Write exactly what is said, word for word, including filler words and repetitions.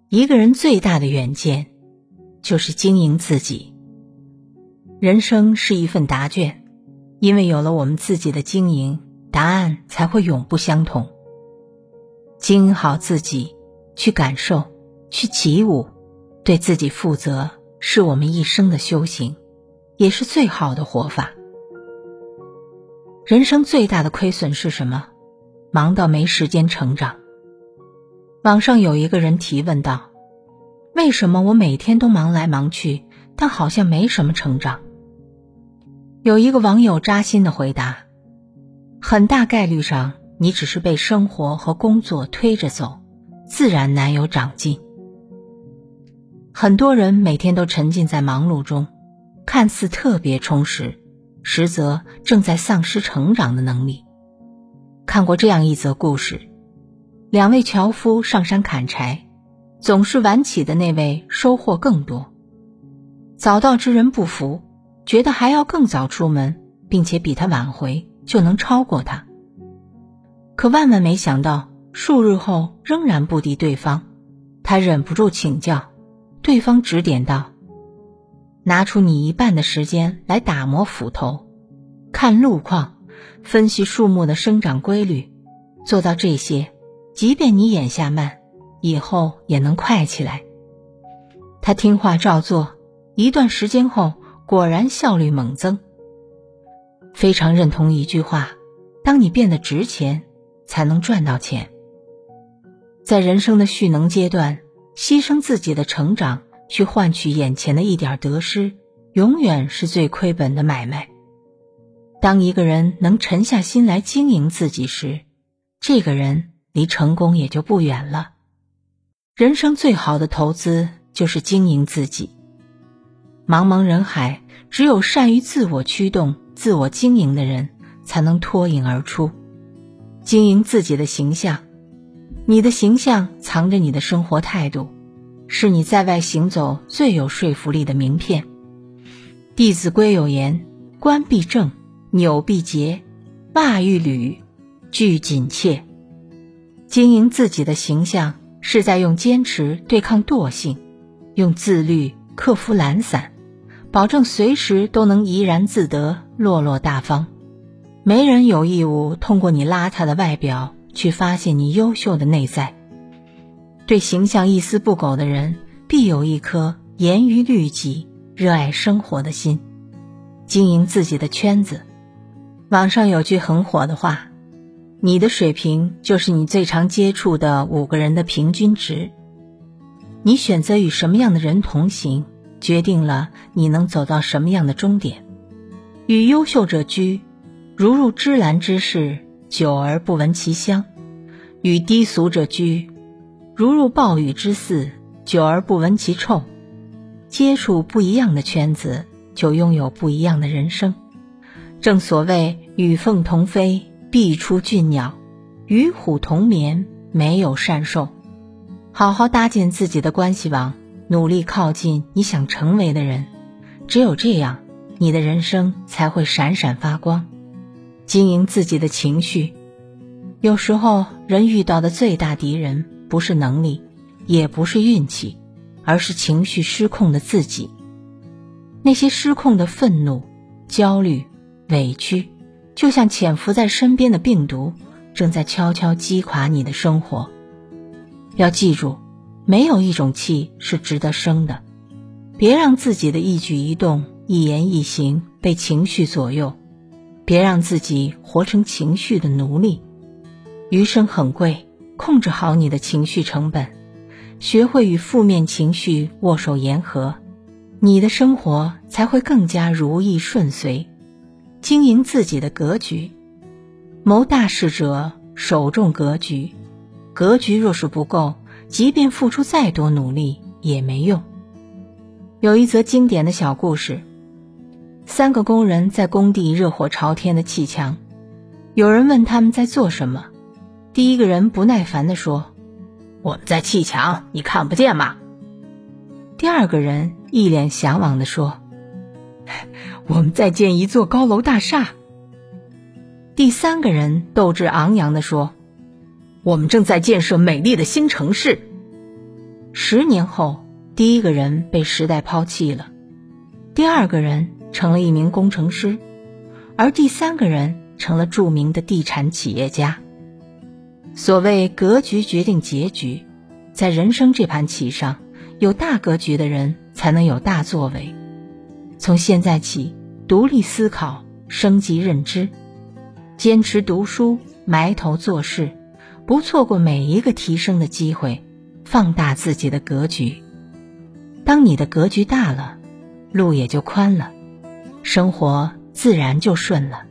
一个人最大的远见，就是经营自己。人生是一份答卷，因为有了我们自己的经营，答案才会永不相同。经营好自己，去感受，去起舞，对自己负责，是我们一生的修行，也是最好的活法。人生最大的亏损是什么？忙到没时间成长。网上有一个人提问道，为什么我每天都忙来忙去，但好像没什么成长？有一个网友扎心的回答，很大概率上你只是被生活和工作推着走，自然难有长进。很多人每天都沉浸在忙碌中，看似特别充实，实则正在丧失成长的能力。看过这样一则故事，两位樵夫上山砍柴，总是晚起的那位收获更多。早到之人不服，觉得还要更早出门，并且比他晚回就能超过他。可万万没想到，数日后仍然不敌对方，他忍不住请教，对方指点道，拿出你一半的时间来打磨斧头，看路况，分析树木的生长规律，做到这些，即便你眼下慢，以后也能快起来。他听话照做，一段时间后果然效率猛增。非常认同一句话，当你变得值钱，才能赚到钱。在人生的蓄能阶段，牺牲自己的成长去换取眼前的一点得失，永远是最亏本的买卖。当一个人能沉下心来经营自己时，这个人离成功也就不远了。人生最好的投资就是经营自己。茫茫人海，只有善于自我驱动、自我经营的人，才能脱颖而出。经营自己的形象，你的形象藏着你的生活态度，是你在外行走最有说服力的名片。弟子规有言，冠必正，纽必结，袜欲履，俱紧切。经营自己的形象，是在用坚持对抗惰性，用自律克服懒散，保证随时都能怡然自得，落落大方。没人有义务通过你邋遢的外表去发现你优秀的内在。对形象一丝不苟的人，必有一颗严于律己、热爱生活的心。经营自己的圈子。网上有句很火的话，你的水平就是你最常接触的五个人的平均值。你选择与什么样的人同行，决定了你能走到什么样的终点。与优秀者居，如入芝兰之室，久而不闻其香；与低俗者居，如入暴雨之肆，久而不闻其臭。接触不一样的圈子，就拥有不一样的人生。正所谓与凤同飞，必出俊鸟；与虎同眠，没有善兽。好好搭建自己的关系网，努力靠近你想成为的人，只有这样，你的人生才会闪闪发光。经营自己的情绪。有时候人遇到的最大敌人，不是能力，也不是运气，而是情绪失控的自己。那些失控的愤怒、焦虑、委屈，就像潜伏在身边的病毒，正在悄悄击垮你的生活。要记住，没有一种气是值得生的。别让自己的一举一动、一言一行被情绪左右，别让自己活成情绪的奴隶。余生很贵，控制好你的情绪成本，学会与负面情绪握手言和，你的生活才会更加如意顺遂。经营自己的格局。谋大事者，首重格局。格局若是不够，即便付出再多努力也没用。有一则经典的小故事，三个工人在工地热火朝天的砌墙，有人问他们在做什么。第一个人不耐烦地说，我们在砌墙，你看不见吗？第二个人一脸向往地说，我们在建一座高楼大厦。第三个人斗志昂扬地说，我们正在建设美丽的新城市。 十年后，第一个人被时代抛弃了，第二个人成了一名工程师，而第三个人成了著名的地产企业家。所谓格局决定结局，在人生这盘棋上，有大格局的人才能有大作为。从现在起，独立思考，升级认知，坚持读书，埋头做事，不错过每一个提升的机会，放大自己的格局。当你的格局大了，路也就宽了，生活自然就顺了。